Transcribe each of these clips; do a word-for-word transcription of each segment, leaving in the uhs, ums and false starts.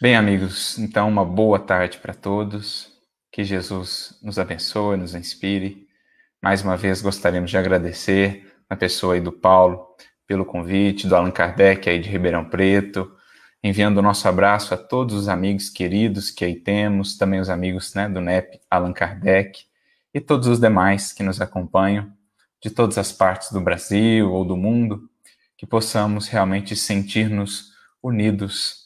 Bem, amigos, então uma boa tarde para todos. Que Jesus nos abençoe, nos inspire. Mais uma vez gostaríamos de agradecer na pessoa aí do Paulo pelo convite, do Allan Kardec aí de Ribeirão Preto, enviando o nosso abraço a todos os amigos queridos que aí temos, também os amigos, né, do N E P Allan Kardec e todos os demais que nos acompanham de todas as partes do Brasil ou do mundo, que possamos realmente sentir-nos unidos,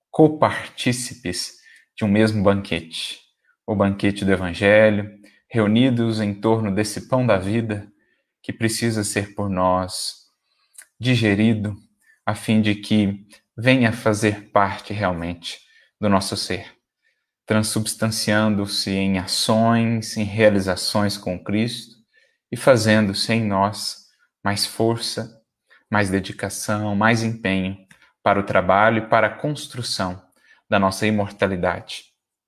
copartícipes de um mesmo banquete, o banquete do Evangelho, reunidos em torno desse pão da vida que precisa ser por nós digerido, a fim de que venha fazer parte realmente do nosso ser, transubstanciando-se em ações, em realizações com Cristo e fazendo-se em nós mais força, mais dedicação, mais empenho para o trabalho e para a construção da nossa imortalidade,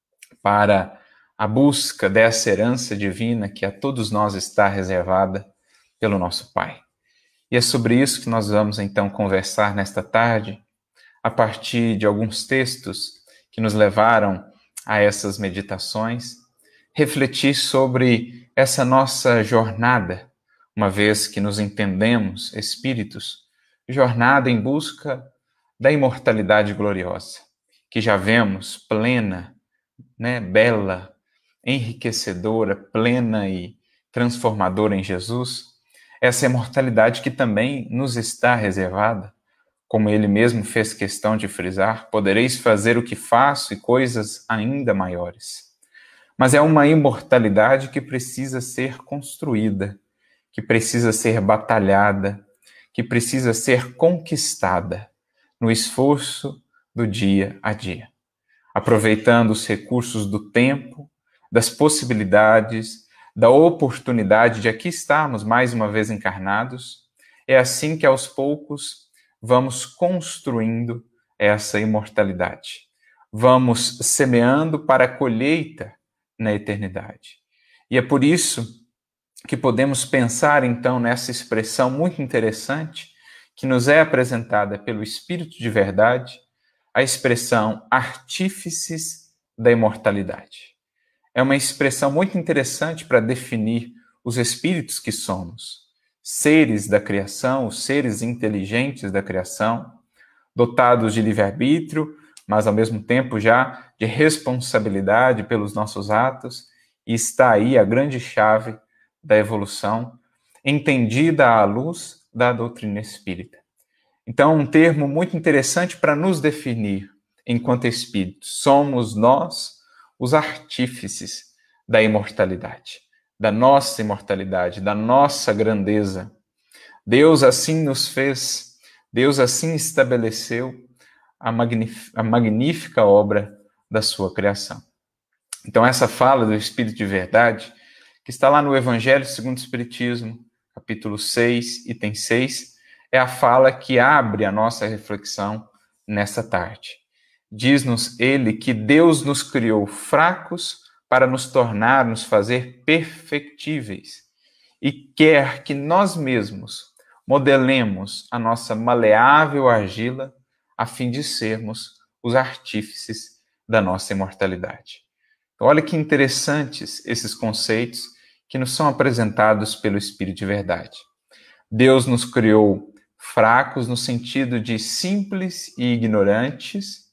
para a busca dessa herança divina que a todos nós está reservada pelo nosso Pai. E é sobre isso que nós vamos então conversar nesta tarde, a partir de alguns textos que nos levaram a essas meditações, refletir sobre essa nossa jornada, uma vez que nos entendemos espíritos, jornada em busca da imortalidade gloriosa, que já vemos plena, né, bela, enriquecedora, plena e transformadora em Jesus, essa imortalidade que também nos está reservada, como ele mesmo fez questão de frisar, podereis fazer o que faço e coisas ainda maiores. Mas é uma imortalidade que precisa ser construída, que precisa ser batalhada, que precisa ser conquistada no esforço do dia a dia, aproveitando os recursos do tempo, das possibilidades, da oportunidade de aqui estarmos mais uma vez encarnados. É assim que aos poucos vamos construindo essa imortalidade. Vamos semeando para a colheita na eternidade. E é por isso que podemos pensar então nessa expressão muito interessante que nos é apresentada pelo Espírito de Verdade, a expressão artífices da imortalidade. É uma expressão muito interessante para definir os espíritos que somos, seres da criação, os seres inteligentes da criação, dotados de livre-arbítrio, mas ao mesmo tempo já de responsabilidade pelos nossos atos, e está aí a grande chave da evolução, entendida à luz da doutrina espírita. Então, um termo muito interessante para nos definir enquanto espíritos. Somos nós os artífices da imortalidade, da nossa imortalidade, da nossa grandeza. Deus assim nos fez, Deus assim estabeleceu a, magnif- a magnífica obra da sua criação. Então, essa fala do Espírito de Verdade, que está lá no Evangelho segundo o Espiritismo, capítulo seis, item seis, é a fala que abre a nossa reflexão nessa tarde. Diz-nos ele que Deus nos criou fracos para nos tornar, nos fazer perfectíveis, e quer que nós mesmos modelemos a nossa maleável argila a fim de sermos os artífices da nossa imortalidade. Então, olha que interessantes esses conceitos que nos são apresentados pelo Espírito de Verdade. Deus nos criou fracos no sentido de simples e ignorantes,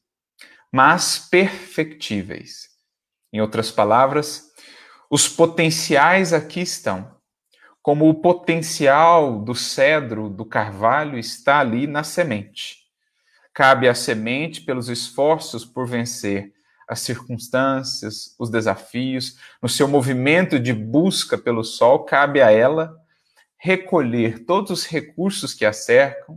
mas perfectíveis. Em outras palavras, os potenciais aqui estão. Como o potencial do cedro, do carvalho, está ali na semente. Cabe à semente, pelos esforços por vencer as circunstâncias, os desafios, no seu movimento de busca pelo sol, cabe a ela recolher todos os recursos que a cercam,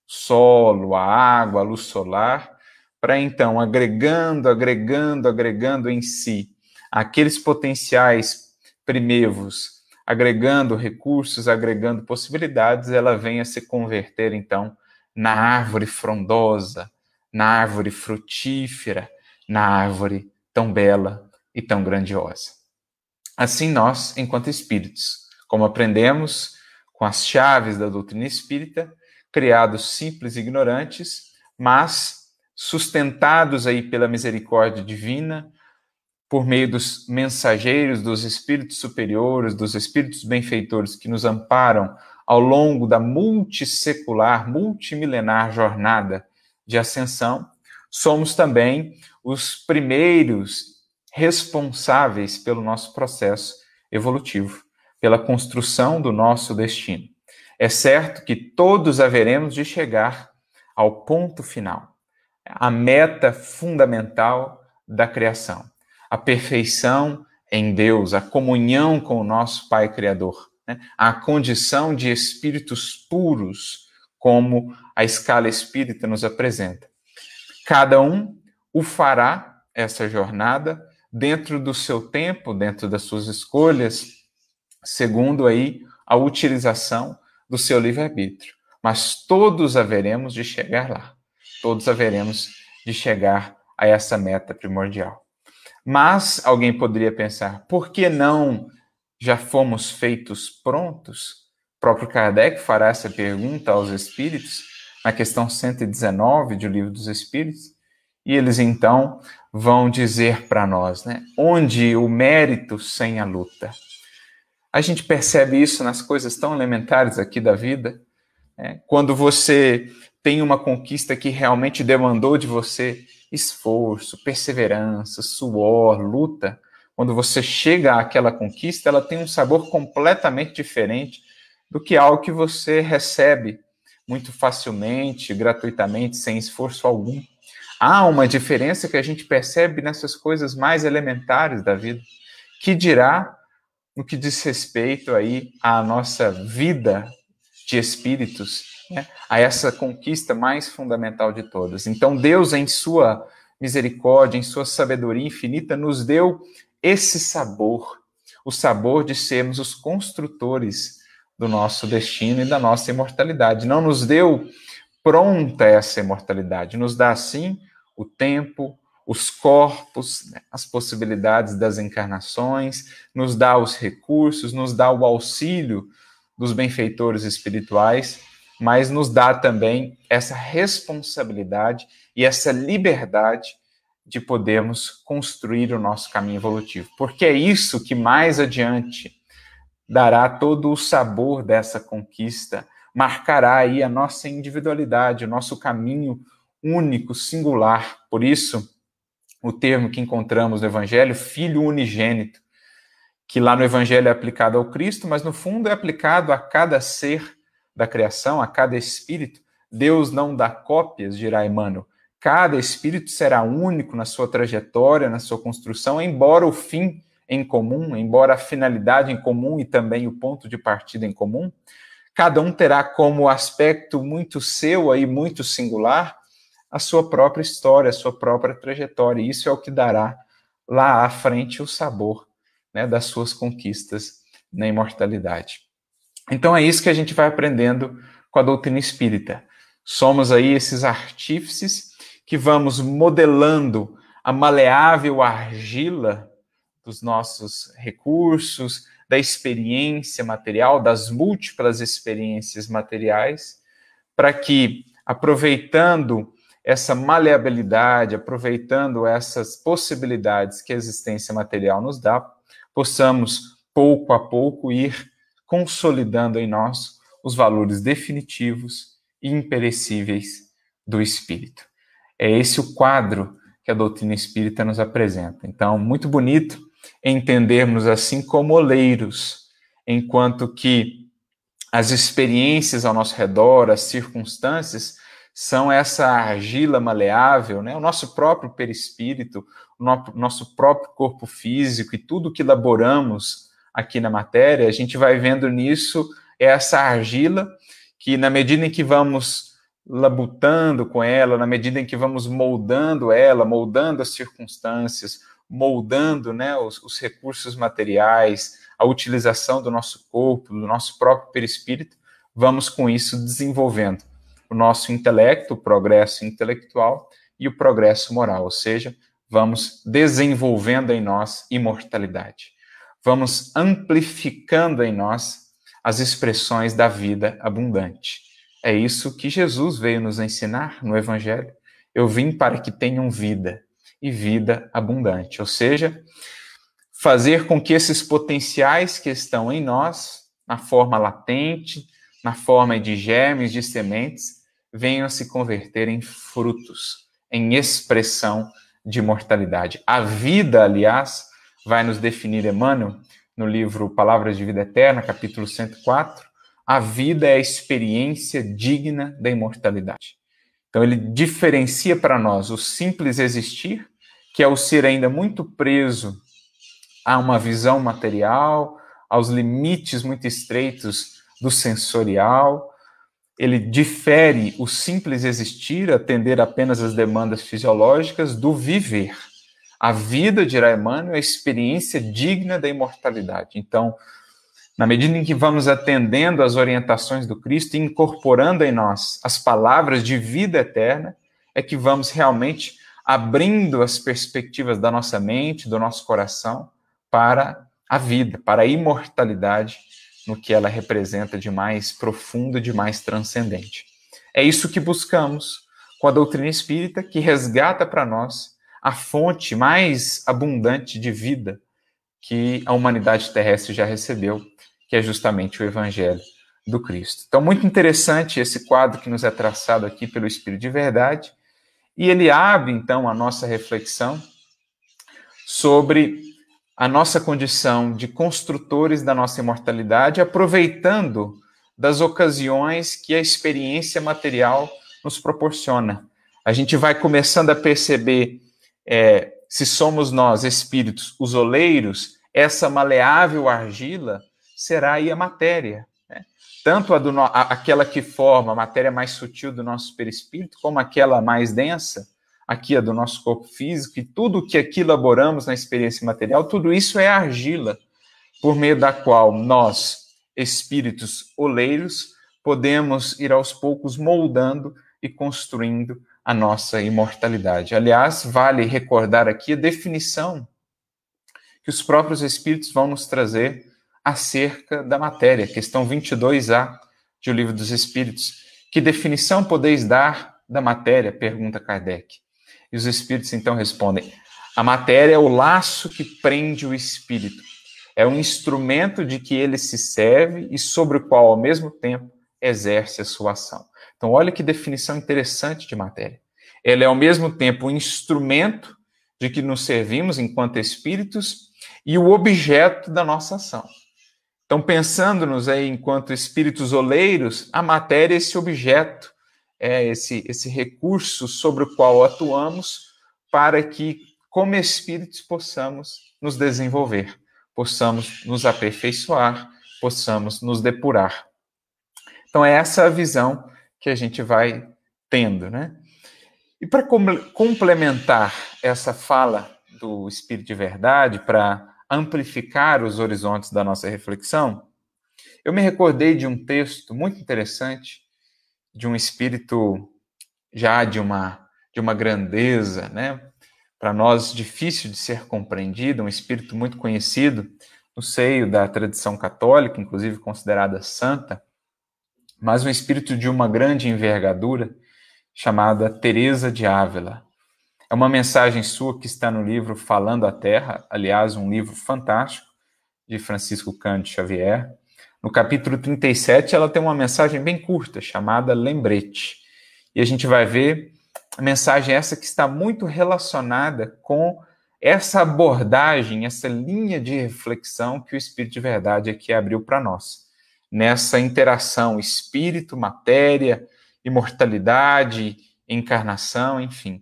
solo, a água, a luz solar, para então, agregando, agregando, agregando em si aqueles potenciais primevos, agregando recursos, agregando possibilidades, ela vem a se converter, então, na árvore frondosa, na árvore frutífera, na árvore tão bela e tão grandiosa. Assim nós, enquanto espíritos, como aprendemos com as chaves da doutrina espírita, criados simples e ignorantes, mas sustentados aí pela misericórdia divina, por meio dos mensageiros, dos espíritos superiores, dos espíritos benfeitores que nos amparam ao longo da multissecular, multimilenar jornada de ascensão, somos também os primeiros responsáveis pelo nosso processo evolutivo, pela construção do nosso destino. É certo que todos haveremos de chegar ao ponto final, a meta fundamental da criação, a perfeição em Deus, a comunhão com o nosso Pai Criador, né? A condição de espíritos puros, como a escala espírita nos apresenta. Cada um o fará, essa jornada, dentro do seu tempo, dentro das suas escolhas, segundo aí a utilização do seu livre-arbítrio. Mas todos haveremos de chegar lá. Todos haveremos de chegar a essa meta primordial. Mas alguém poderia pensar, por que não já fomos feitos prontos? O próprio Kardec fará essa pergunta aos espíritos, na questão cento e dezenove do Livro dos Espíritos, e eles então vão dizer para nós, né, onde o mérito sem a luta. A gente percebe isso nas coisas tão elementares aqui da vida, né? Quando você tem uma conquista que realmente demandou de você esforço, perseverança, suor, luta, quando você chega àquela conquista, ela tem um sabor completamente diferente do que algo que você recebe muito facilmente, gratuitamente, sem esforço algum. Há uma diferença que a gente percebe nessas coisas mais elementares da vida, que dirá no que diz respeito aí à nossa vida de espíritos, né, a essa conquista mais fundamental de todas. Então, Deus, em sua misericórdia, em sua sabedoria infinita, nos deu esse sabor, o sabor de sermos os construtores do nosso destino e da nossa imortalidade. Não nos deu pronta essa imortalidade, nos dá, sim, o tempo, os corpos, né, as possibilidades das encarnações, nos dá os recursos, nos dá o auxílio dos benfeitores espirituais, mas nos dá também essa responsabilidade e essa liberdade de podermos construir o nosso caminho evolutivo. Porque é isso que mais adiante dará todo o sabor dessa conquista, marcará aí a nossa individualidade, o nosso caminho único, singular. Por isso, o termo que encontramos no Evangelho, Filho unigênito, que lá no Evangelho é aplicado ao Cristo, mas no fundo é aplicado a cada ser da criação, a cada espírito. Deus não dá cópias, dirá Emmanuel. Cada espírito será único na sua trajetória, na sua construção, embora o fim em comum, embora a finalidade em comum e também o ponto de partida em comum, cada um terá como aspecto muito seu, aí, muito singular, a sua própria história, a sua própria trajetória. E isso é o que dará lá à frente o sabor, né, das suas conquistas na imortalidade. Então é isso que a gente vai aprendendo com a doutrina espírita. Somos aí esses artífices que vamos modelando a maleável argila dos nossos recursos, da experiência material, das múltiplas experiências materiais, para que, aproveitando essa maleabilidade, aproveitando essas possibilidades que a existência material nos dá, possamos, pouco a pouco, ir consolidando em nós os valores definitivos e imperecíveis do espírito. É esse o quadro que a doutrina espírita nos apresenta. Então, muito bonito entendermos assim como oleiros, enquanto que as experiências ao nosso redor, as circunstâncias, são essa argila maleável, né? O nosso próprio perispírito, o nosso próprio corpo físico e tudo que elaboramos aqui na matéria, a gente vai vendo nisso essa argila que, na medida em que vamos labutando com ela, na medida em que vamos moldando ela, moldando as circunstâncias, moldando, né, os, os recursos materiais, a utilização do nosso corpo, do nosso próprio perispírito, vamos com isso desenvolvendo o nosso intelecto, o progresso intelectual e o progresso moral, ou seja, vamos desenvolvendo em nós imortalidade. Vamos amplificando em nós as expressões da vida abundante. É isso que Jesus veio nos ensinar no Evangelho. eu vim para que tenham vida, e vida abundante. Ou seja, fazer com que esses potenciais que estão em nós, na forma latente, na forma de germes, de sementes, venham a se converter em frutos, em expressão de imortalidade. A vida, aliás, vai nos definir Emmanuel, no livro Palavras de Vida Eterna, capítulo cento e quatro, a vida é a experiência digna da imortalidade. Então ele diferencia para nós o simples existir, que é o ser ainda muito preso a uma visão material, aos limites muito estreitos do sensorial. Ele difere o simples existir, atender apenas às demandas fisiológicas, do viver. A vida, dirá Emmanuel, é a experiência digna da imortalidade. Então, na medida em que vamos atendendo às orientações do Cristo e incorporando em nós as palavras de vida eterna, é que vamos realmente abrindo as perspectivas da nossa mente, do nosso coração, para a vida, para a imortalidade, no que ela representa de mais profundo, de mais transcendente. É isso que buscamos com a doutrina espírita, que resgata para nós a fonte mais abundante de vida que a humanidade terrestre já recebeu, que é justamente o Evangelho do Cristo. Então, muito interessante esse quadro que nos é traçado aqui pelo Espírito de Verdade, e ele abre, então, a nossa reflexão sobre a nossa condição de construtores da nossa imortalidade, aproveitando das ocasiões que a experiência material nos proporciona. A gente vai começando a perceber, é, se somos nós, espíritos, os oleiros, essa maleável argila será aí a matéria, né? Tanto a do no... aquela que forma a matéria mais sutil do nosso perispírito, como aquela mais densa, aqui a do nosso corpo físico, e tudo que aqui elaboramos na experiência material, tudo isso é argila, por meio da qual nós, espíritos oleiros, podemos ir aos poucos moldando e construindo a nossa imortalidade. Aliás, vale recordar aqui a definição que os próprios espíritos vão nos trazer acerca da matéria, questão vinte e dois A de O Livro dos Espíritos. Que definição podeis dar da matéria? Pergunta Kardec. E os espíritos então respondem: a matéria é o laço que prende o espírito, é um instrumento de que ele se serve e sobre o qual, ao mesmo tempo, exerce a sua ação. Então, olha que definição interessante de matéria. Ela é, ao mesmo tempo, um instrumento de que nos servimos enquanto espíritos e o objeto da nossa ação. Então, pensando-nos aí enquanto espíritos oleiros, a matéria é esse objeto, é esse, esse recurso sobre o qual atuamos para que, como espíritos, possamos nos desenvolver, possamos nos aperfeiçoar, possamos nos depurar. Então, é essa a visão que a gente vai tendo, né? E para complementar essa fala do Espírito de Verdade, para amplificar os horizontes da nossa reflexão, eu me recordei de um texto muito interessante de um espírito já de uma, de uma grandeza, né? Para nós difícil de ser compreendido, um espírito muito conhecido no seio da tradição católica, inclusive considerada santa, mas um espírito de uma grande envergadura, chamada Teresa de Ávila. É uma mensagem sua que está no livro Falando à Terra, aliás, um livro fantástico, de Francisco Cândido Xavier. No capítulo trinta e sete, ela tem uma mensagem bem curta, chamada Lembrete. E a gente vai ver a mensagem essa que está muito relacionada com essa abordagem, essa linha de reflexão que o Espírito de Verdade aqui abriu para nós. Nessa interação espírito, matéria, imortalidade, encarnação, enfim.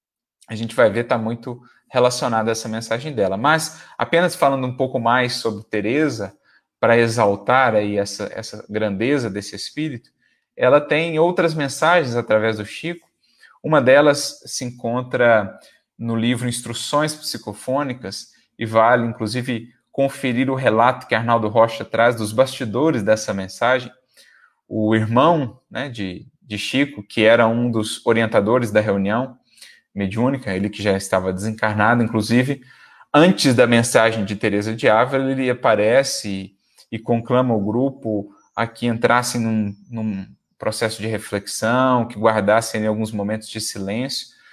A gente vai ver, está muito relacionado a essa mensagem dela. Mas, apenas falando um pouco mais sobre Teresa, para exaltar aí essa, essa grandeza desse espírito, ela tem outras mensagens através do Chico. Uma delas se encontra no livro Instruções Psicofônicas, e vale, inclusive, conferir o relato que Arnaldo Rocha traz dos bastidores dessa mensagem. O irmão, né, de, de Chico, que era um dos orientadores da reunião mediúnica, ele que já estava desencarnado, inclusive, antes da mensagem de Teresa de Ávila, ele aparece e, e conclama o grupo a que entrassem num, num processo de reflexão, que guardassem ali alguns momentos de silêncio,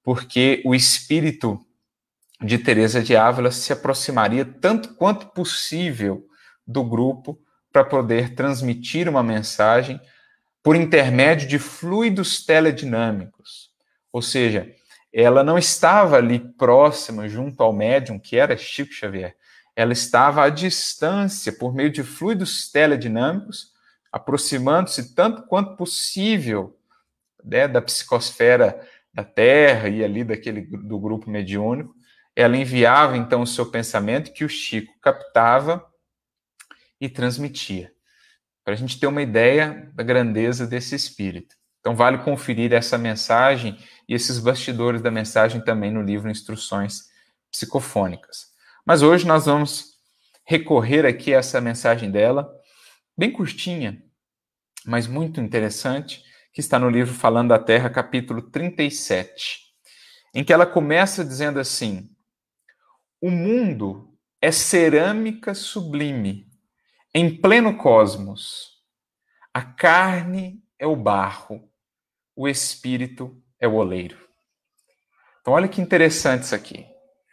porque o espírito de Teresa de Ávila se aproximaria tanto quanto possível do grupo para poder transmitir uma mensagem por intermédio de fluidos teledinâmicos. Ou seja, ela não estava ali próxima, junto ao médium, que era Chico Xavier. Ela estava à distância, por meio de fluidos teledinâmicos, aproximando-se tanto quanto possível, né, da psicosfera da Terra e ali daquele, do grupo mediúnico. Ela enviava, então, o seu pensamento, que o Chico captava e transmitia, para a gente ter uma ideia da grandeza desse espírito. Então, vale conferir essa mensagem e esses bastidores da mensagem também no livro Instruções Psicofônicas. Mas hoje nós vamos recorrer aqui a essa mensagem dela, bem curtinha, mas muito interessante, que está no livro Falando da Terra, capítulo trinta e sete, em que ela começa dizendo assim: o mundo é cerâmica sublime, em pleno cosmos. A carne é o barro, o espírito é o oleiro. Então, olha que interessante isso aqui.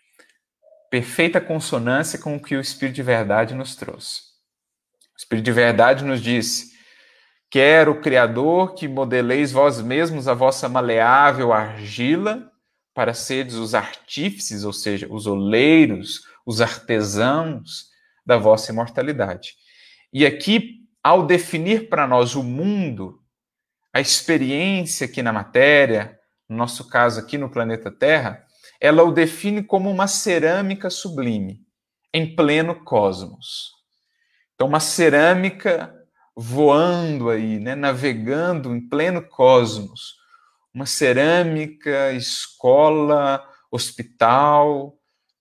Perfeita consonância com o que o Espírito de Verdade nos trouxe. O Espírito de Verdade nos disse: quero, o Criador, que modeleis vós mesmos a vossa maleável argila, para seres os artífices, ou seja, os oleiros, os artesãos da vossa imortalidade. E aqui, ao definir para nós o mundo, a experiência aqui na matéria, no nosso caso aqui no planeta Terra, ela o define como uma cerâmica sublime, em pleno cosmos. Então, uma cerâmica voando aí, né, navegando em pleno cosmos. Uma cerâmica, escola, hospital.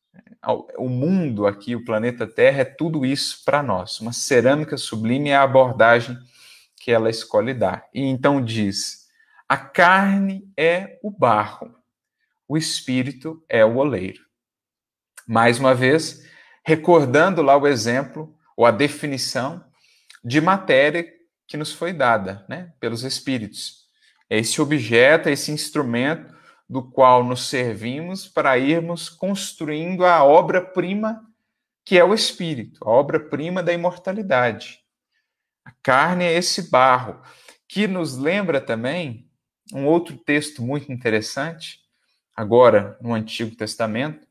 O mundo aqui, o planeta Terra, é tudo isso para nós. Uma cerâmica sublime é a abordagem que ela escolhe dar. E então diz: a carne é o barro, o espírito é o oleiro. Mais uma vez, recordando lá o exemplo, ou a definição de matéria que nos foi dada, né, pelos espíritos. É esse objeto, é esse instrumento do qual nos servimos para irmos construindo a obra-prima que é o espírito, a obra-prima da imortalidade. A carne é esse barro, que nos lembra também um outro texto muito interessante, agora no Antigo Testamento,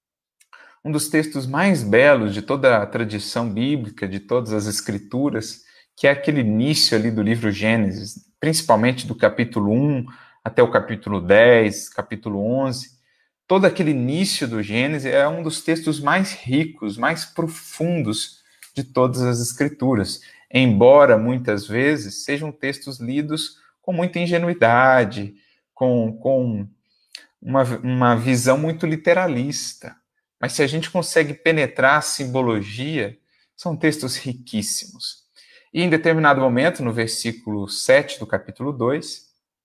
um dos textos mais belos de toda a tradição bíblica, de todas as escrituras, que é aquele início ali do livro Gênesis, principalmente do capítulo um até o capítulo dez, capítulo onze. Todo aquele início do Gênesis é um dos textos mais ricos, mais profundos de todas as escrituras, embora muitas vezes sejam textos lidos com muita ingenuidade, com, com uma, uma visão muito literalista. Mas se a gente consegue penetrar a simbologia, são textos riquíssimos. E em determinado momento, no versículo sete do capítulo dois,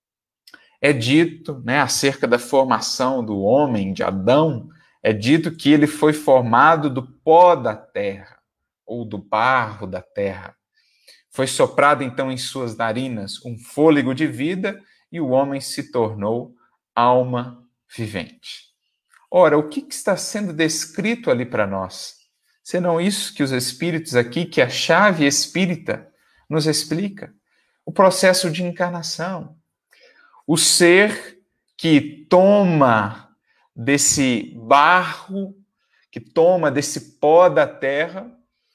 é dito, né, acerca da formação do homem, de Adão, é dito que ele foi formado do pó da terra, ou do barro da terra. Foi soprado, então, em suas narinas um fôlego de vida e o homem se tornou alma vivente. Ora, o que está sendo descrito ali para nós? Senão isso que os espíritos aqui, que a chave espírita nos explica. O processo de encarnação. O ser que toma desse barro, que toma desse pó da terra,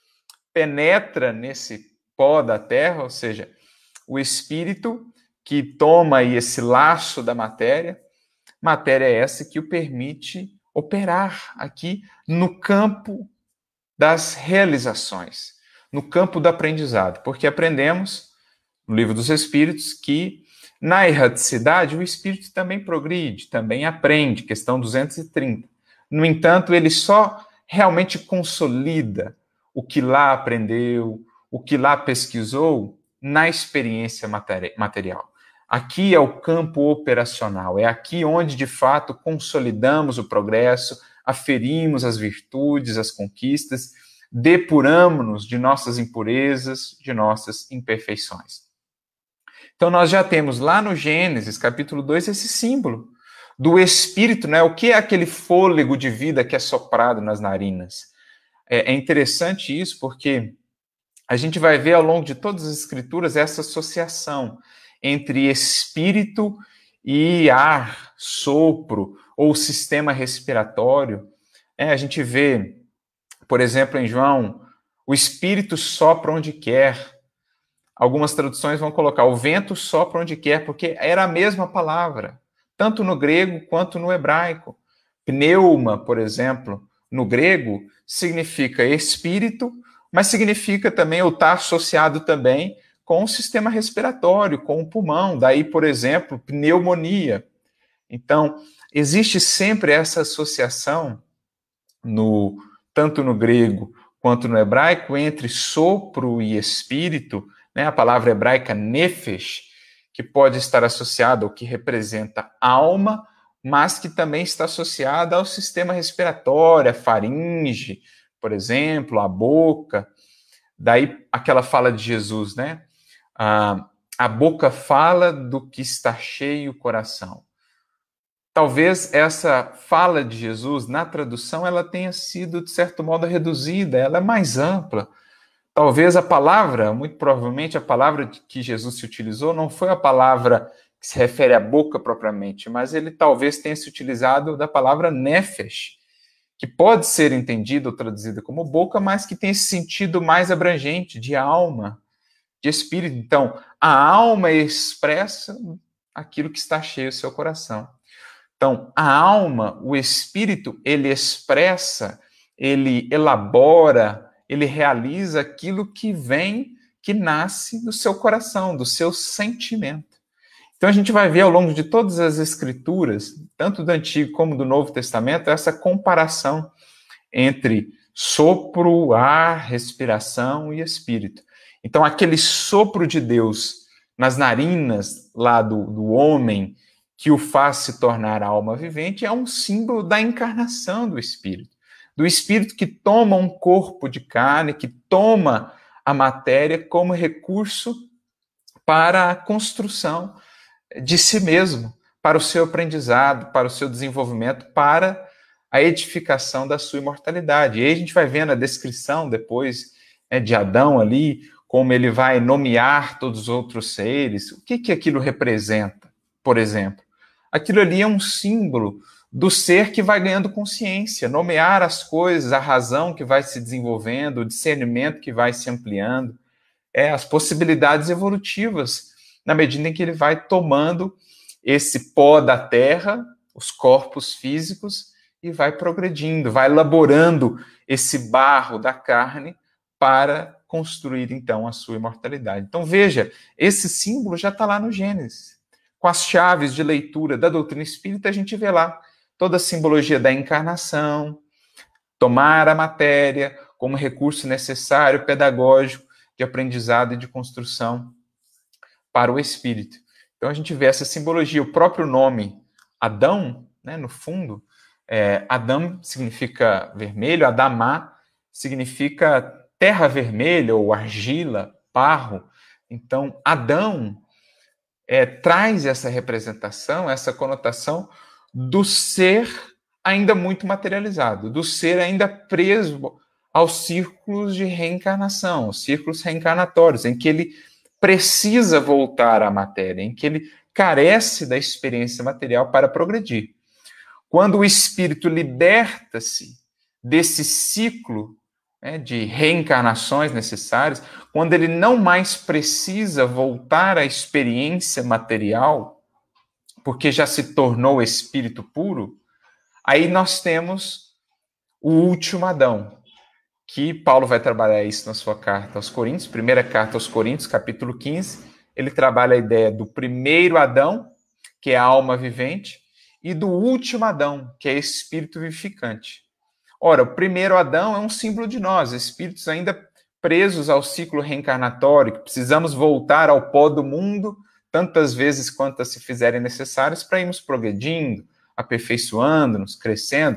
penetra nesse pó da terra, ou seja, o espírito que toma aí esse laço da matéria, matéria essa que o permite operar aqui no campo das realizações, no campo do aprendizado, porque aprendemos no Livro dos Espíritos que na erraticidade o espírito também progride, também aprende, questão duzentos e trinta. No entanto, ele só realmente consolida o que lá aprendeu, o que lá pesquisou na experiência material. Aqui é o campo operacional, é aqui onde, de fato, consolidamos o progresso, aferimos as virtudes, as conquistas, depuramos-nos de nossas impurezas, de nossas imperfeições. Então, nós já temos lá no Gênesis, capítulo dois, esse símbolo do espírito, né? O que é aquele fôlego de vida que é soprado nas narinas? É, é interessante isso porque a gente vai ver ao longo de todas as escrituras essa associação entre espírito e ar, sopro, ou sistema respiratório. É, a gente vê, por exemplo, em João, o espírito sopra onde quer. Algumas traduções vão colocar o vento sopra onde quer, porque era a mesma palavra, tanto no grego quanto no hebraico. Pneuma, por exemplo, no grego, significa espírito, mas significa também, ou está associado também com o sistema respiratório, com o pulmão. Daí, por exemplo, pneumonia. Então, existe sempre essa associação, no, tanto no grego quanto no hebraico, entre sopro e espírito, né? A palavra hebraica nefesh, que pode estar associada ao que representa alma, mas que também está associada ao sistema respiratório, a faringe, por exemplo, a boca. Daí aquela fala de Jesus, né? Ah, a boca fala do que está cheio o coração. Talvez essa fala de Jesus, na tradução, ela tenha sido, de certo modo, reduzida, ela é mais ampla. Talvez a palavra, muito provavelmente a palavra que Jesus se utilizou, não foi a palavra que se refere à boca propriamente, mas ele talvez tenha se utilizado da palavra nefesh, que pode ser entendida ou traduzida como boca, mas que tem esse sentido mais abrangente, de alma, de espírito. Então, a alma expressa aquilo que está cheio do seu coração. Então, a alma, o espírito, ele expressa, ele elabora, ele realiza aquilo que vem, que nasce do seu coração, do seu sentimento. Então, a gente vai ver ao longo de todas as escrituras, tanto do Antigo como do Novo Testamento, essa comparação entre sopro, ar, respiração e espírito. Então, aquele sopro de Deus nas narinas lá do, do homem, que o faz se tornar alma vivente, é um símbolo da encarnação do Espírito. Do Espírito que toma um corpo de carne, que toma a matéria como recurso para a construção de si mesmo, para o seu aprendizado, para o seu desenvolvimento, para a edificação da sua imortalidade. E aí a gente vai vendo a descrição depois, né, de Adão ali, como ele vai nomear todos os outros seres. O que, que aquilo representa, por exemplo? Aquilo ali é um símbolo do ser que vai ganhando consciência, nomear as coisas, a razão que vai se desenvolvendo, o discernimento que vai se ampliando, é, as possibilidades evolutivas, na medida em que ele vai tomando esse pó da terra, os corpos físicos, e vai progredindo, vai elaborando esse barro da carne para construir, então, a sua imortalidade. Então, veja, esse símbolo já está lá no Gênesis. Com as chaves de leitura da doutrina espírita, a gente vê lá toda a simbologia da encarnação, tomar a matéria como recurso necessário, pedagógico, de aprendizado e de construção para o espírito. Então a gente vê essa simbologia, o próprio nome Adão, né, no fundo, é, Adão significa vermelho, Adamá significa terra vermelha ou argila, barro. Então Adão É, traz essa representação, essa conotação do ser ainda muito materializado, do ser ainda preso aos círculos de reencarnação, os círculos reencarnatórios, em que ele precisa voltar à matéria, em que ele carece da experiência material para progredir. Quando o espírito liberta-se desse ciclo, né, de reencarnações necessárias, quando ele não mais precisa voltar à experiência material, porque já se tornou espírito puro, aí nós temos o último Adão, que Paulo vai trabalhar isso na sua carta aos Coríntios, primeira carta aos Coríntios, capítulo quinze, ele trabalha a ideia do primeiro Adão, que é a alma vivente, e do último Adão, que é espírito vivificante. Ora, o primeiro Adão é um símbolo de nós, espíritos ainda presos ao ciclo reencarnatório, que precisamos voltar ao pó do mundo tantas vezes quantas se fizerem necessárias para irmos progredindo, aperfeiçoando-nos, crescendo.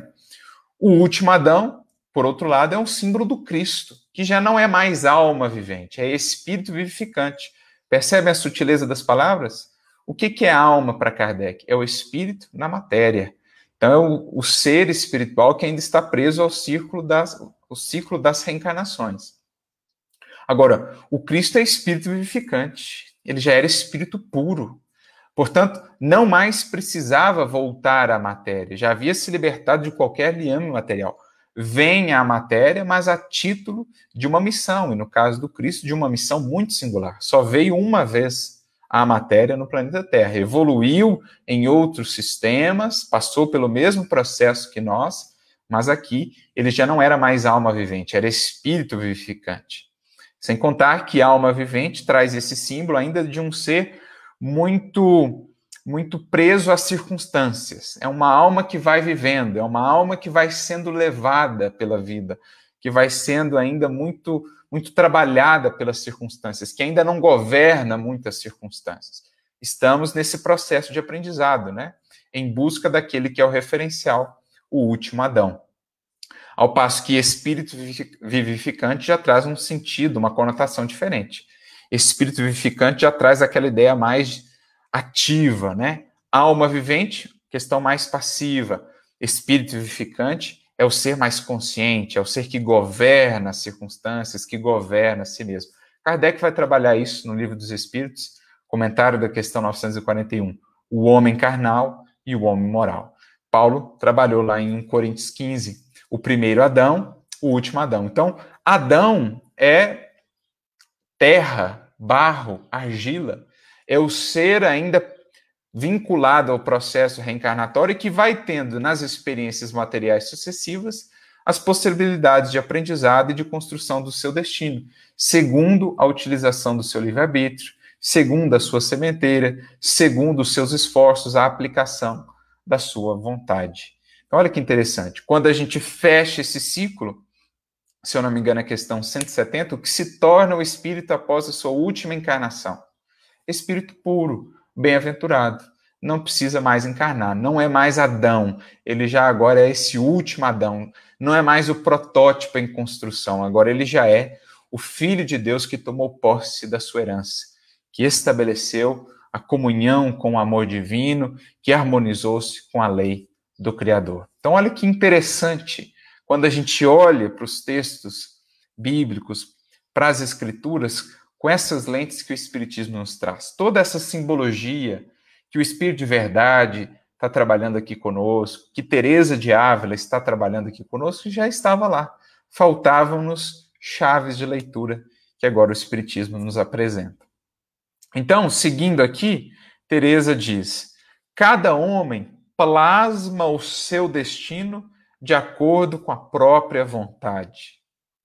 O último Adão, por outro lado, é um símbolo do Cristo, que já não é mais alma vivente, é espírito vivificante. Percebem a sutileza das palavras? O que, que é alma para Kardec? É o espírito na matéria. Então, é o, o ser espiritual que ainda está preso ao círculo das, o ciclo das reencarnações. Agora, o Cristo é espírito vivificante. Ele já era espírito puro. Portanto, não mais precisava voltar à matéria. Já havia se libertado de qualquer liame material. Vem à matéria, mas a título de uma missão. E no caso do Cristo, de uma missão muito singular. Só veio uma vez à matéria no planeta Terra. Evoluiu em outros sistemas, passou pelo mesmo processo que nós, mas aqui ele já não era mais alma vivente, era espírito vivificante. Sem contar que a alma vivente traz esse símbolo ainda de um ser muito, muito preso às circunstâncias. É uma alma que vai vivendo, é uma alma que vai sendo levada pela vida, que vai sendo ainda muito, muito trabalhada pelas circunstâncias, que ainda não governa muitas circunstâncias. Estamos nesse processo de aprendizado, né? Em busca daquele que é o referencial, o último Adão. Ao passo que espírito vivificante já traz um sentido, uma conotação diferente. Espírito vivificante já traz aquela ideia mais ativa, né? Alma vivente, questão mais passiva. Espírito vivificante é o ser mais consciente, é o ser que governa as circunstâncias, que governa a si mesmo. Kardec vai trabalhar isso no Livro dos Espíritos, comentário da questão novecentos e quarenta e um, o homem carnal e o homem moral. Paulo trabalhou lá em um Coríntios quinze, o primeiro Adão, o último Adão. Então, Adão é terra, barro, argila. É o ser ainda vinculado ao processo reencarnatório que vai tendo nas experiências materiais sucessivas as possibilidades de aprendizado e de construção do seu destino, segundo a utilização do seu livre-arbítrio, segundo a sua sementeira, segundo os seus esforços, a aplicação da sua vontade. Então, olha que interessante. Quando a gente fecha esse ciclo, se eu não me engano, a questão cento e setenta, o que se torna o espírito após a sua última encarnação? Espírito puro, bem-aventurado. Não precisa mais encarnar. Não é mais Adão. Ele já agora é esse último Adão. Não é mais o protótipo em construção. Agora ele já é o Filho de Deus que tomou posse da sua herança, que estabeleceu a comunhão com o amor divino, que harmonizou-se com a lei do Criador. Então, olha que interessante, quando a gente olha para os textos bíblicos, para as Escrituras, com essas lentes que o Espiritismo nos traz. Toda essa simbologia que o Espírito de Verdade está trabalhando aqui conosco, que Teresa de Ávila está trabalhando aqui conosco, já estava lá. Faltavam-nos chaves de leitura que agora o Espiritismo nos apresenta. Então, seguindo aqui, Teresa diz: cada homem plasma o seu destino de acordo com a própria vontade.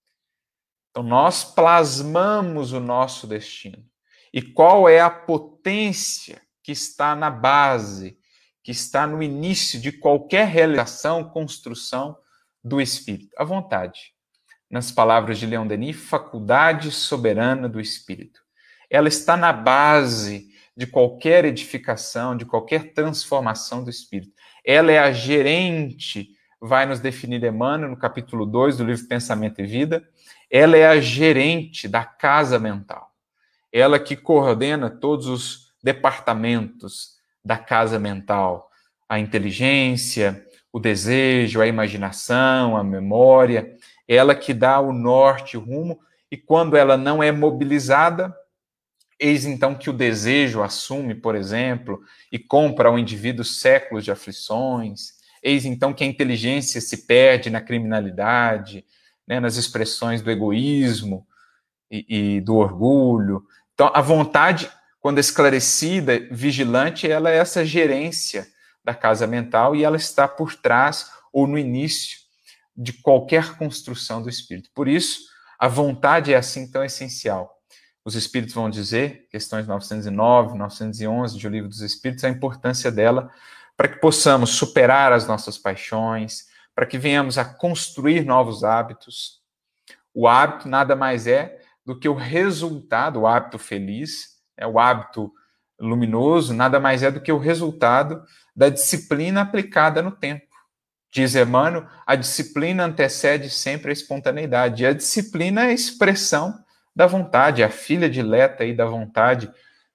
Então, nós plasmamos o nosso destino. E qual é a potência que está na base, que está no início de qualquer realização, construção do espírito? A vontade. Nas palavras de Leon Denis, faculdade soberana do espírito. Ela está na base de qualquer edificação, de qualquer transformação do espírito. Ela é a gerente, vai nos definir Emmanuel no capítulo dois do livro Pensamento e Vida. Ela é a gerente da casa mental. Ela que coordena todos os departamentos da casa mental. A inteligência, o desejo, a imaginação, a memória. Ela que dá o norte, o rumo. E quando ela não é mobilizada, eis então que o desejo assume, por exemplo, e compra ao indivíduo séculos de aflições. Eis então que a inteligência se perde na criminalidade, né, nas expressões do egoísmo e, e do orgulho. Então, a vontade, quando esclarecida, vigilante, ela é essa gerência da casa mental e ela está por trás ou no início de qualquer construção do espírito. Por isso, a vontade é assim tão essencial. Os espíritos vão dizer, questões novecentos e nove, novecentos e onze de O Livro dos Espíritos, a importância dela para que possamos superar as nossas paixões, para que venhamos a construir novos hábitos. O hábito nada mais é do que o resultado, o hábito feliz, é o hábito luminoso, nada mais é do que o resultado da disciplina aplicada no tempo. Diz Emmanuel, a disciplina antecede sempre a espontaneidade, e a disciplina é a expressão da vontade, a filha dileta aí da vontade,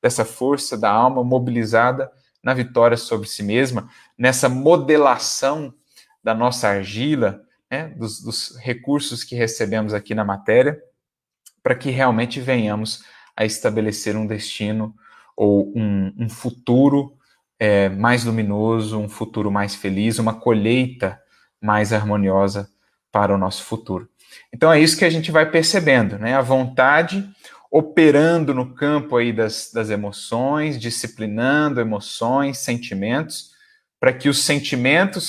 dessa força da alma mobilizada na vitória sobre si mesma, nessa modelação da nossa argila, né, dos, dos recursos que recebemos aqui na matéria, para que realmente venhamos a estabelecer um destino ou um, um futuro é, mais luminoso, um futuro mais feliz, uma colheita mais harmoniosa para o nosso futuro. Então é isso que a gente vai percebendo, né? A vontade operando no campo aí das, das emoções, disciplinando emoções, sentimentos, para que os sentimentos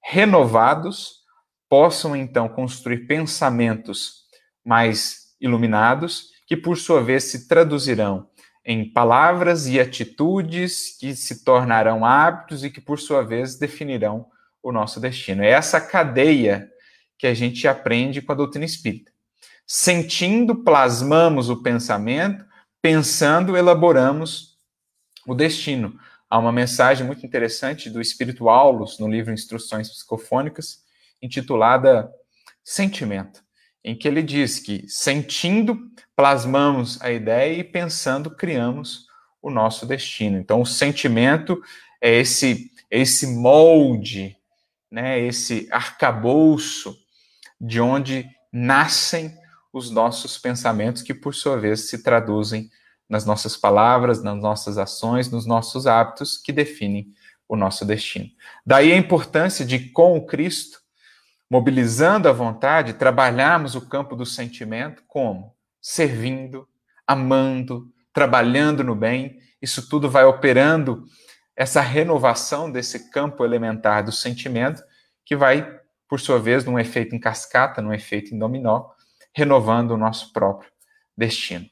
renovados possam então construir pensamentos mais iluminados, que por sua vez se traduzirão em palavras e atitudes que se tornarão hábitos e que por sua vez definirão o nosso destino. É essa cadeia que a gente aprende com a doutrina espírita. Sentindo, plasmamos o pensamento, pensando, elaboramos o destino. Há uma mensagem muito interessante do Espírito Aulus, no livro Instruções Psicofônicas, intitulada Sentimento, em que ele diz que, sentindo, plasmamos a ideia e, pensando, criamos o nosso destino. Então, o sentimento é esse, esse molde, né, esse arcabouço de onde nascem os nossos pensamentos, que, por sua vez, se traduzem nas nossas palavras, nas nossas ações, nos nossos hábitos, que definem o nosso destino. Daí a importância de, com o Cristo, mobilizando a vontade, trabalharmos o campo do sentimento como? Servindo, amando, trabalhando no bem. Isso tudo vai operando essa renovação desse campo elementar do sentimento, que vai, por sua vez, num efeito em cascata, num efeito em dominó, renovando o nosso próprio destino.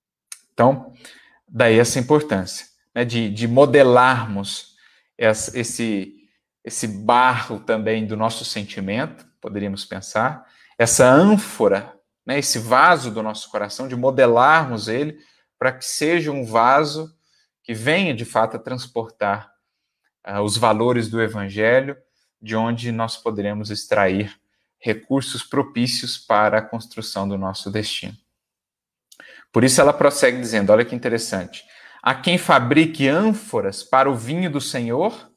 Então, daí essa importância, né, de, de modelarmos esse, esse barro também do nosso sentimento, poderíamos pensar, essa ânfora, né, esse vaso do nosso coração, de modelarmos ele para que seja um vaso que venha, de fato, a transportar uh, os valores do Evangelho, de onde nós poderemos extrair recursos propícios para a construção do nosso destino. Por isso ela prossegue dizendo, olha que interessante, há quem fabrique ânforas para o vinho do Senhor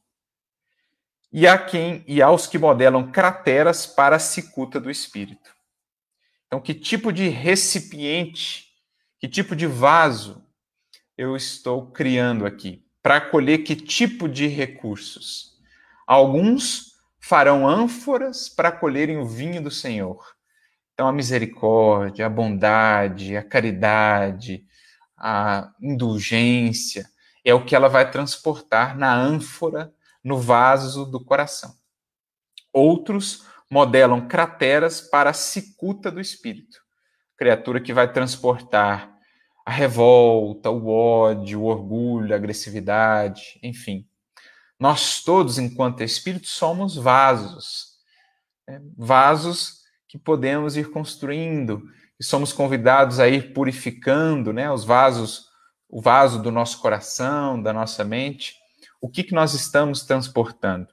e há quem e aos que modelam crateras para a cicuta do Espírito. Então, que tipo de recipiente, que tipo de vaso eu estou criando aqui para acolher que tipo de recursos? Alguns farão ânforas para acolherem o vinho do Senhor. Então, a misericórdia, a bondade, a caridade, a indulgência é o que ela vai transportar na ânfora, no vaso do coração. Outros modelam crateras para a cicuta do Espírito, criatura que vai transportar a revolta, o ódio, o orgulho, a agressividade, enfim. Nós todos, enquanto Espírito, somos vasos, né? Vasos que podemos ir construindo, e somos convidados a ir purificando, né, os vasos, o vaso do nosso coração, da nossa mente. O que, que nós estamos transportando?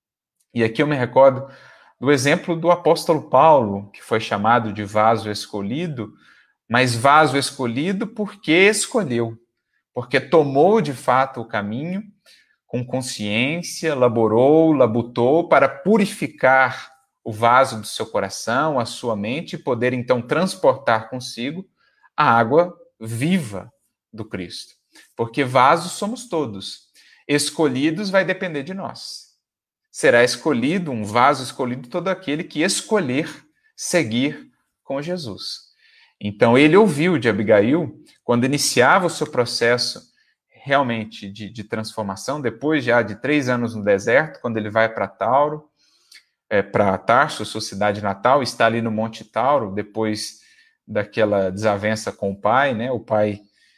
E aqui eu me recordo do exemplo do apóstolo Paulo, que foi chamado de vaso escolhido, mas vaso escolhido porque escolheu, porque tomou de fato o caminho com consciência, laborou, labutou para purificar o vaso do seu coração, a sua mente, e poder então transportar consigo a água viva do Cristo. Porque vasos somos todos. Escolhidos vai depender de nós. Será escolhido, um vaso escolhido, todo aquele que escolher seguir com Jesus. Então, ele ouviu de Abigail, quando iniciava o seu processo realmente de, de transformação, depois já de três anos no deserto, quando ele vai para Tauro, é, para Tarso, sua cidade natal, está ali no Monte Tauro, depois daquela desavença com o pai, né? O pai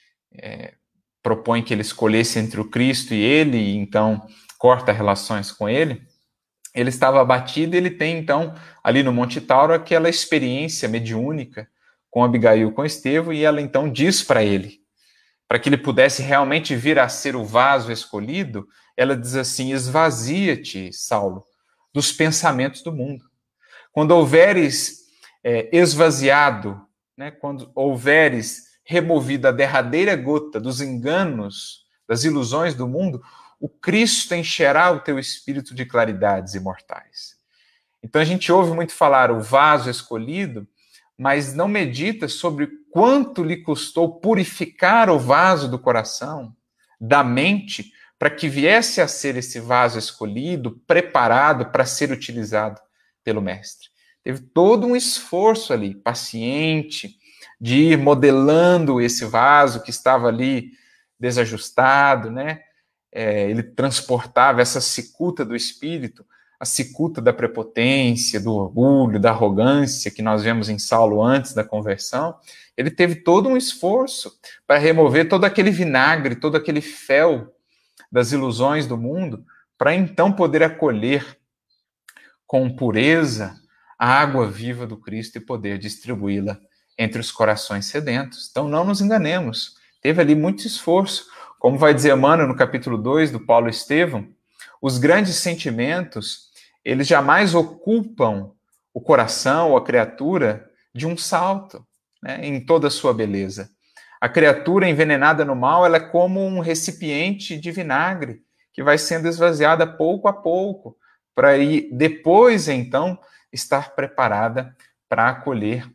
é, propõe que ele escolhesse entre o Cristo e ele, e então corta relações com ele. Ele estava abatido e ele tem, então, ali no Monte Tauro, aquela experiência mediúnica com Abigail, com Estevão, e ela então diz para ele, para que ele pudesse realmente vir a ser o vaso escolhido, ela diz assim, esvazia-te, Saulo, dos pensamentos do mundo. Quando houveres é, esvaziado, né, quando houveres removida a derradeira gota dos enganos, das ilusões do mundo, o Cristo encherá o teu espírito de claridades imortais. Então a gente ouve muito falar o vaso escolhido, mas não medita sobre quanto lhe custou purificar o vaso do coração, da mente, para que viesse a ser esse vaso escolhido, preparado para ser utilizado pelo Mestre. Teve todo um esforço ali, paciente, de ir modelando esse vaso que estava ali desajustado, né? É, ele transportava essa cicuta do espírito, a cicuta da prepotência, do orgulho, da arrogância que nós vemos em Saulo antes da conversão. Ele teve todo um esforço para remover todo aquele vinagre, todo aquele fel das ilusões do mundo, para então poder acolher com pureza a água viva do Cristo e poder distribuí-la entre os corações sedentos. Então não nos enganemos, teve ali muito esforço. Como vai dizer Emmanuel no capítulo dois do Paulo Estevão, os grandes sentimentos, eles jamais ocupam o coração ou a criatura de um salto, né, em toda a sua beleza. A criatura envenenada no mal, ela é como um recipiente de vinagre que vai sendo esvaziada pouco a pouco, para ir depois, então, estar preparada para acolher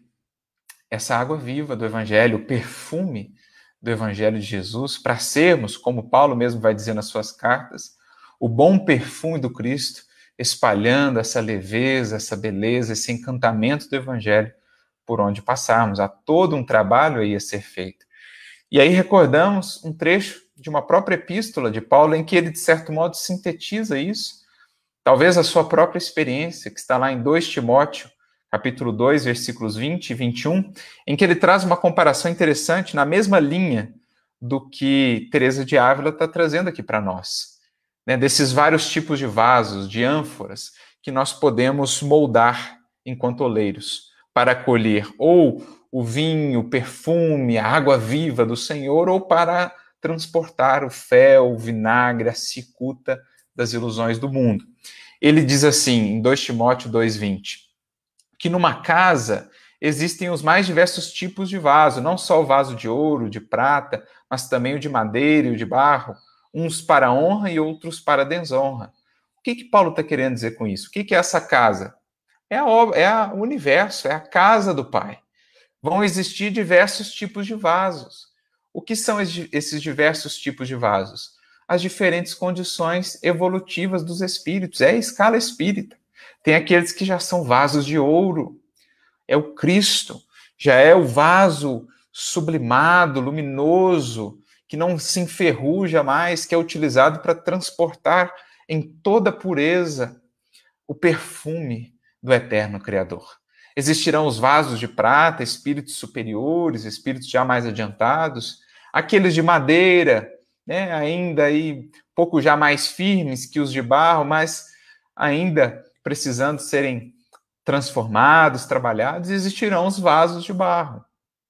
essa água viva do Evangelho, o perfume do Evangelho de Jesus, para sermos, como Paulo mesmo vai dizer nas suas cartas, o bom perfume do Cristo, espalhando essa leveza, essa beleza, esse encantamento do Evangelho por onde passarmos. Há todo um trabalho aí a ser feito. E aí recordamos um trecho de uma própria epístola de Paulo, em que ele, de certo modo, sintetiza isso. Talvez a sua própria experiência, que está lá em dois Timóteo, capítulo dois, versículos vinte e vinte e um, em que ele traz uma comparação interessante na mesma linha do que Teresa de Ávila está trazendo aqui para nós, né, desses vários tipos de vasos, de ânforas, que nós podemos moldar enquanto oleiros, para acolher ou o vinho, o perfume, a água viva do Senhor, ou para transportar o fel, o vinagre, a cicuta das ilusões do mundo. Ele diz assim, em dois Timóteo dois, vinte, que numa casa existem os mais diversos tipos de vaso, não só o vaso de ouro, de prata, mas também o de madeira e o de barro, uns para honra e outros para desonra. O que que Paulo está querendo dizer com isso? O que que é essa casa? É, a obra, é a, o universo, é a casa do Pai. Vão existir diversos tipos de vasos. O que são esses diversos tipos de vasos? As diferentes condições evolutivas dos espíritos, é a escala espírita. Tem aqueles que já são vasos de ouro, é o Cristo, já é o vaso sublimado, luminoso, que não se enferruja mais, que é utilizado para transportar em toda pureza o perfume do eterno Criador. Existirão os vasos de prata, espíritos superiores, espíritos já mais adiantados, aqueles de madeira, né, ainda aí pouco já mais firmes que os de barro, mas ainda precisando serem transformados, trabalhados, existirão os vasos de barro.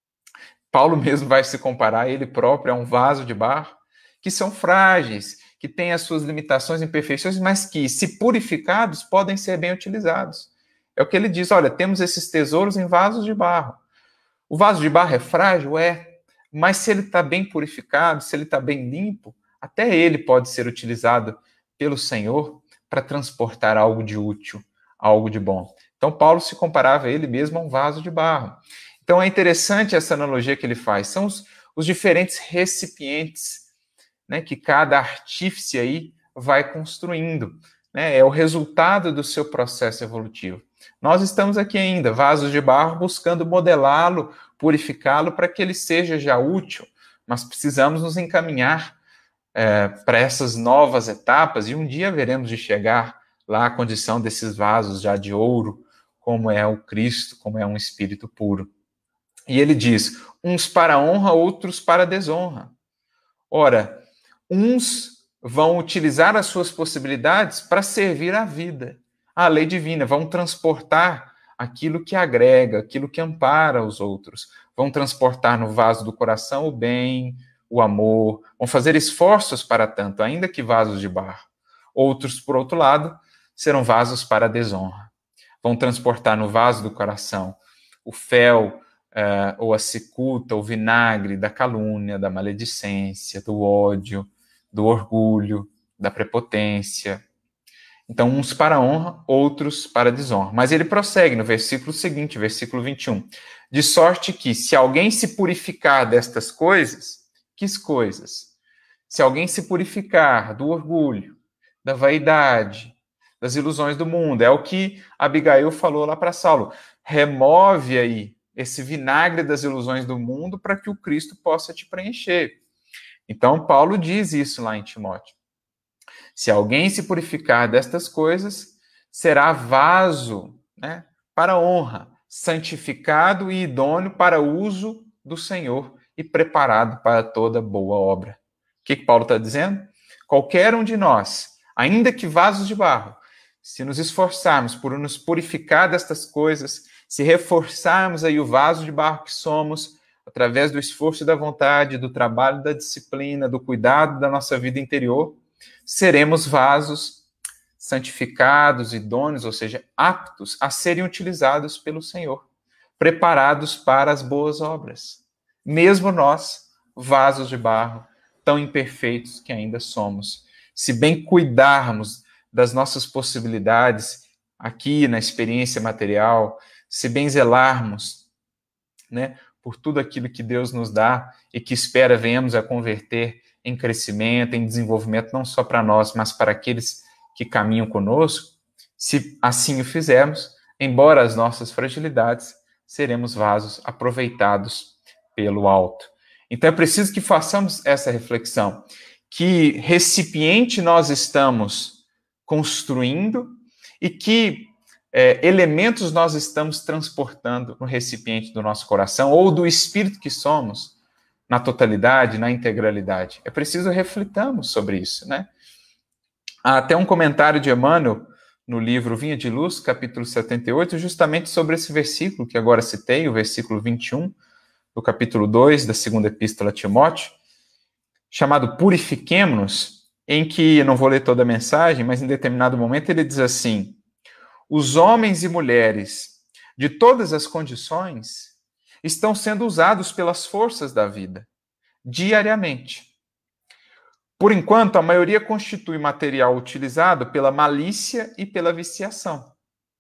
Paulo mesmo vai se comparar ele próprio a um vaso de barro, que são frágeis, que têm as suas limitações e imperfeições, mas que, se purificados, podem ser bem utilizados. É o que ele diz, olha, temos esses tesouros em vasos de barro. O vaso de barro é frágil? É, mas se ele está bem purificado, se ele está bem limpo, até ele pode ser utilizado pelo Senhor para transportar algo de útil, algo de bom. Então, Paulo se comparava a ele mesmo a um vaso de barro. Então, é interessante essa analogia que ele faz. São os, os diferentes recipientes, né, que cada artífice aí vai construindo. Né? É o resultado do seu processo evolutivo. Nós estamos aqui ainda, vasos de barro, buscando modelá-lo, purificá-lo para que ele seja já útil, mas precisamos nos encaminhar é, para essas novas etapas e um dia veremos de chegar lá à condição desses vasos já de ouro, como é o Cristo, como é um espírito puro. E ele diz, uns para honra, outros para desonra. Ora, uns vão utilizar as suas possibilidades para servir à vida, à lei divina, vão transportar aquilo que agrega, aquilo que ampara os outros, vão transportar no vaso do coração o bem, o amor, vão fazer esforços para tanto, ainda que vasos de barro. Outros, por outro lado, serão vasos para a desonra. Vão transportar no vaso do coração o fel uh, ou a cicuta, o vinagre da calúnia, da maledicência, do ódio, do orgulho, da prepotência. Então, uns para a honra, outros para a desonra. Mas ele prossegue no versículo seguinte, versículo vinte e um. De sorte que, se alguém se purificar destas coisas, que coisas? Se alguém se purificar do orgulho, da vaidade, das ilusões do mundo, é o que Abigail falou lá para Saulo. Remove aí esse vinagre das ilusões do mundo para que o Cristo possa te preencher. Então, Paulo diz isso lá em Timóteo. Se alguém se purificar destas coisas, será vaso, né, para honra, santificado e idôneo para o uso do Senhor e preparado para toda boa obra. O que, que Paulo está dizendo? Qualquer um de nós, ainda que vasos de barro, se nos esforçarmos por nos purificar destas coisas, se reforçarmos aí o vaso de barro que somos, através do esforço da vontade, do trabalho da disciplina, do cuidado da nossa vida interior, seremos vasos santificados, idôneos, ou seja, aptos a serem utilizados pelo Senhor, preparados para as boas obras. Mesmo nós, vasos de barro, tão imperfeitos que ainda somos, se bem cuidarmos das nossas possibilidades aqui na experiência material, se bem zelarmos, né, por tudo aquilo que Deus nos dá e que espera venhamos a converter em crescimento, em desenvolvimento, não só para nós, mas para aqueles que caminham conosco, se assim o fizermos, embora as nossas fragilidades, seremos vasos aproveitados pelo alto. Então é preciso que façamos essa reflexão. Que recipiente nós estamos construindo e que é, elementos nós estamos transportando no recipiente do nosso coração ou do espírito que somos na totalidade, na integralidade. É preciso refletirmos sobre isso, né? Há até um comentário de Emmanuel no livro Vinha de Luz, capítulo setenta e oito, justamente sobre esse versículo que agora citei, o versículo vinte e um, do capítulo dois da segunda epístola a Timóteo, chamado Purifiquemo-nos, em que, eu não vou ler toda a mensagem, mas em determinado momento ele diz assim: os homens e mulheres de todas as condições estão sendo usados pelas forças da vida, diariamente. Por enquanto, a maioria constitui material utilizado pela malícia e pela viciação.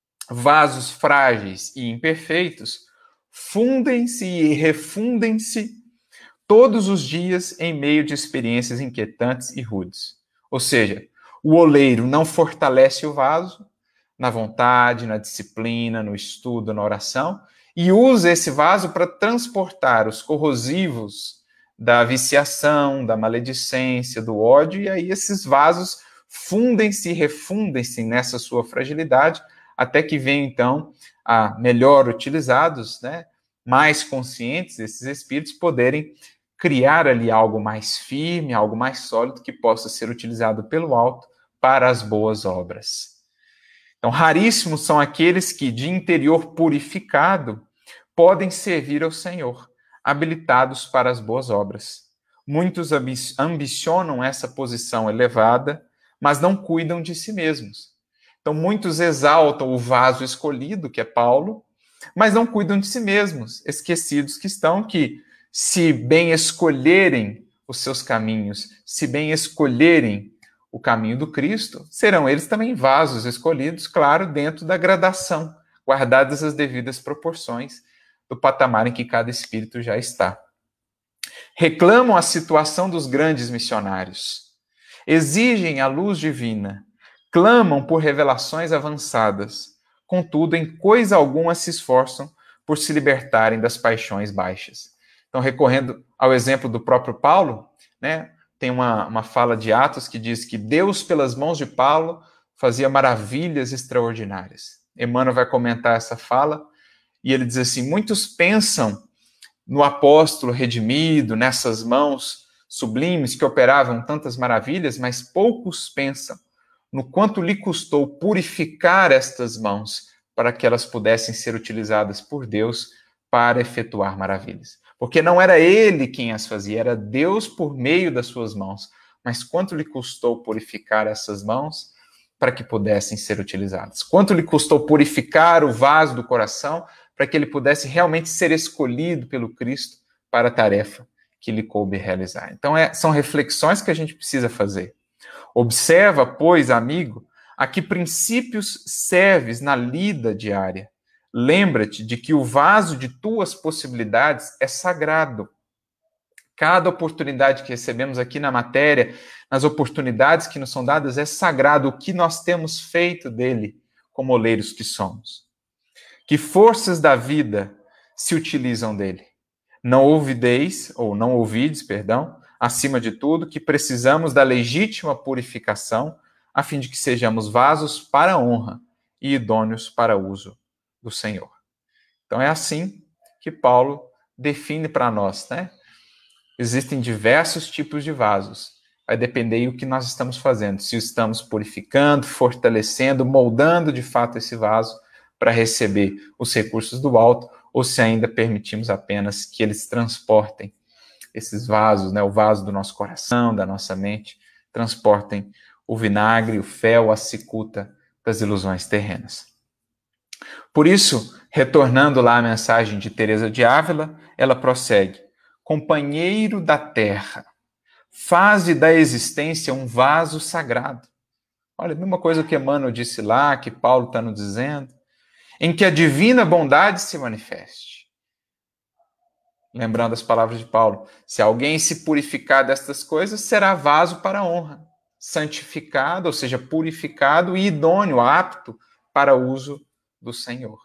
Vasos frágeis e imperfeitos fundem-se e refundem-se todos os dias em meio de experiências inquietantes e rudes. Ou seja, o oleiro não fortalece o vaso na vontade, na disciplina, no estudo, na oração, e usa esse vaso para transportar os corrosivos da viciação, da maledicência, do ódio, e aí esses vasos fundem-se e refundem-se nessa sua fragilidade, até que venham, então, a melhor utilizados, né, mais conscientes, esses espíritos poderem criar ali algo mais firme, algo mais sólido, que possa ser utilizado pelo alto para as boas obras. Então, raríssimos são aqueles que, de interior purificado, podem servir ao Senhor, habilitados para as boas obras. Muitos ambicionam essa posição elevada, mas não cuidam de si mesmos. Então, muitos exaltam o vaso escolhido, que é Paulo, mas não cuidam de si mesmos, esquecidos que estão que, se bem escolherem os seus caminhos, se bem escolherem o caminho do Cristo, serão eles também vasos escolhidos, claro, dentro da gradação, guardadas as devidas proporções do patamar em que cada espírito já está. Reclamam a situação dos grandes missionários, exigem a luz divina, clamam por revelações avançadas, contudo, em coisa alguma se esforçam por se libertarem das paixões baixas. Então, recorrendo ao exemplo do próprio Paulo, né, tem uma, uma fala de Atos que diz que Deus, pelas mãos de Paulo, fazia maravilhas extraordinárias. Emmanuel vai comentar essa fala, e ele diz assim: muitos pensam no apóstolo redimido, nessas mãos sublimes que operavam tantas maravilhas, mas poucos pensam no quanto lhe custou purificar estas mãos para que elas pudessem ser utilizadas por Deus para efetuar maravilhas. Porque não era ele quem as fazia, era Deus por meio das suas mãos. Mas quanto lhe custou purificar essas mãos para que pudessem ser utilizadas? Quanto lhe custou purificar o vaso do coração para que ele pudesse realmente ser escolhido pelo Cristo para a tarefa que lhe coube realizar. Então, é, são reflexões que a gente precisa fazer. Observa, pois, amigo, a que princípios serves na lida diária. Lembra-te de que o vaso de tuas possibilidades é sagrado. Cada oportunidade que recebemos aqui na matéria, nas oportunidades que nos são dadas, é sagrado. O que nós temos feito dele, como oleiros que somos. Que forças da vida se utilizam dele? Não ouvideis, ou não ouvides, perdão, acima de tudo, que precisamos da legítima purificação, a fim de que sejamos vasos para a honra e idôneos para uso do Senhor. Então é assim que Paulo define para nós, né? Existem diversos tipos de vasos. Vai depender do que nós estamos fazendo. Se estamos purificando, fortalecendo, moldando de fato esse vaso para receber os recursos do alto, ou se ainda permitimos apenas que eles transportem esses vasos, né, o vaso do nosso coração, da nossa mente, transportem o vinagre, o fel, a cicuta das ilusões terrenas. Por isso, retornando lá à mensagem de Teresa de Ávila, ela prossegue: companheiro da terra, faze da existência um vaso sagrado. Olha, a mesma coisa que Emmanuel disse lá, que Paulo está nos dizendo, em que a divina bondade se manifeste. Lembrando as palavras de Paulo, se alguém se purificar destas coisas, será vaso para a honra, santificado, ou seja, purificado e idôneo, apto para o uso do Senhor.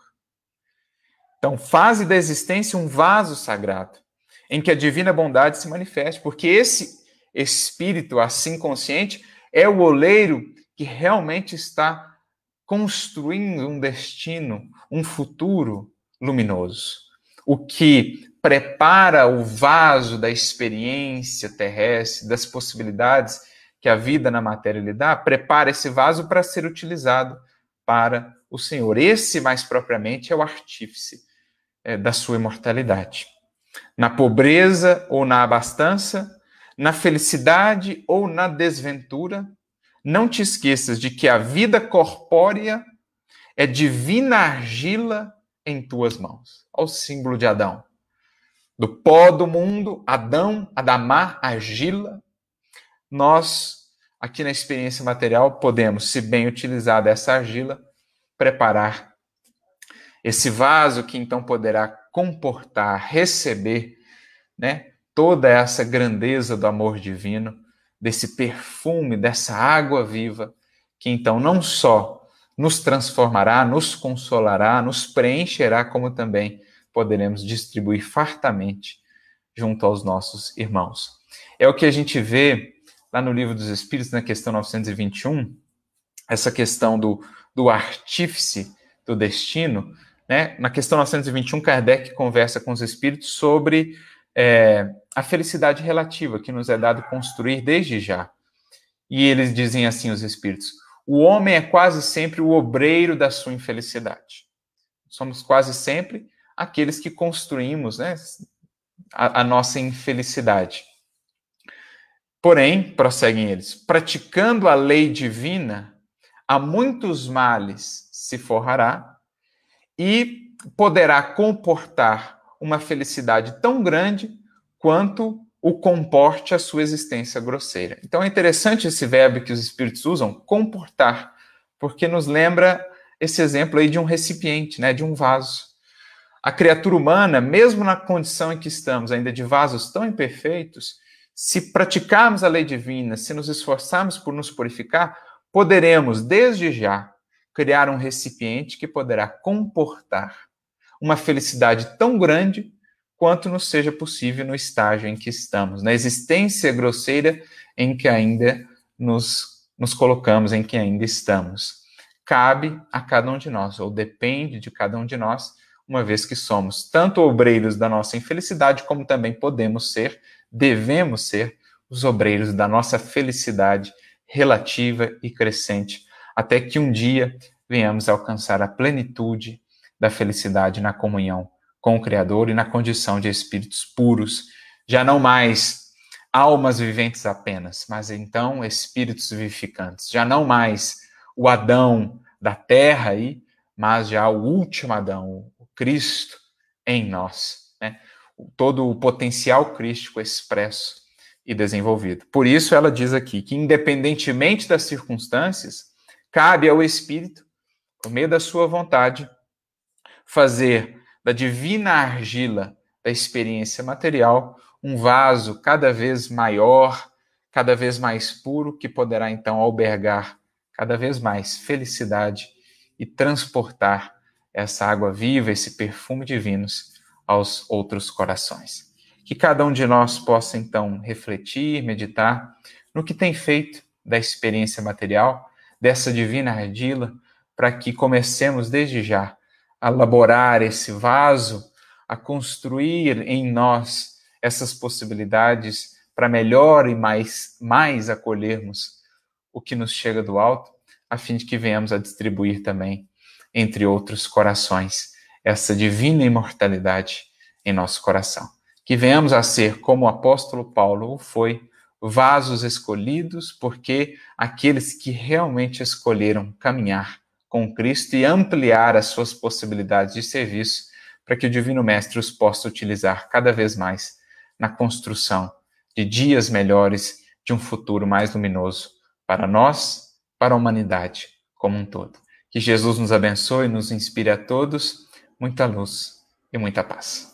Então, faze da existência um vaso sagrado, em que a divina bondade se manifeste, porque esse espírito assim consciente é o oleiro que realmente está construindo um destino, um futuro luminoso. O que prepara o vaso da experiência terrestre, das possibilidades que a vida na matéria lhe dá, prepara esse vaso para ser utilizado para o Senhor. Esse, mais propriamente, é o artífice é, da sua imortalidade. Na pobreza ou na abastança, na felicidade ou na desventura, não te esqueças de que a vida corpórea é divina argila em tuas mãos. Olha o símbolo de Adão. Do pó do mundo, Adão, Adamá, argila. Nós, aqui na experiência material, podemos, se bem utilizada essa argila, preparar esse vaso que então poderá comportar, receber, né, toda essa grandeza do amor divino, desse perfume, dessa água viva, que então não só nos transformará, nos consolará, nos preencherá, como também poderemos distribuir fartamente junto aos nossos irmãos. É o que a gente vê lá no Livro dos Espíritos, na questão novecentos e vinte e um, essa questão do, do artífice do destino, né? Na questão novecentos e vinte e um, Kardec conversa com os espíritos sobre é, a felicidade relativa que nos é dado construir desde já. E eles dizem assim, os espíritos: o homem é quase sempre o obreiro da sua infelicidade. Somos quase sempre aqueles que construímos, né, a, a nossa infelicidade. Porém, prosseguem eles, praticando a lei divina, a muitos males se forrará e poderá comportar uma felicidade tão grande quanto o comporte a sua existência grosseira. Então é interessante esse verbo que os espíritos usam, comportar, porque nos lembra esse exemplo aí de um recipiente, né, de um vaso. A criatura humana, mesmo na condição em que estamos, ainda de vasos tão imperfeitos, se praticarmos a lei divina, se nos esforçarmos por nos purificar, poderemos, desde já, criar um recipiente que poderá comportar uma felicidade tão grande quanto nos seja possível no estágio em que estamos, na existência grosseira em que ainda nos, nos colocamos, em que ainda estamos. Cabe a cada um de nós, ou depende de cada um de nós, uma vez que somos tanto obreiros da nossa infelicidade, como também podemos ser, devemos ser, os obreiros da nossa felicidade relativa e crescente, até que um dia venhamos a alcançar a plenitude da felicidade na comunhão com o Criador e na condição de espíritos puros, já não mais almas viventes apenas, mas então espíritos vivificantes, já não mais o Adão da terra aí, mas já o último Adão, Cristo em nós, né? Todo o potencial crístico expresso e desenvolvido. Por isso ela diz aqui que, independentemente das circunstâncias, cabe ao Espírito, por meio da sua vontade, fazer da divina argila da experiência material um vaso cada vez maior, cada vez mais puro, que poderá então albergar cada vez mais felicidade e transportar essa água viva, esse perfume divinos aos outros corações. Que cada um de nós possa então refletir, meditar no que tem feito da experiência material, dessa divina argila, para que comecemos desde já a elaborar esse vaso, a construir em nós essas possibilidades para melhor e mais, mais acolhermos o que nos chega do alto, a fim de que venhamos a distribuir também, entre outros corações, essa divina imortalidade em nosso coração. Que venhamos a ser, como o apóstolo Paulo foi, vasos escolhidos, porque aqueles que realmente escolheram caminhar com Cristo e ampliar as suas possibilidades de serviço, para que o Divino Mestre os possa utilizar cada vez mais na construção de dias melhores, de um futuro mais luminoso para nós, para a humanidade como um todo. Que Jesus nos abençoe e nos inspire a todos muita luz e muita paz.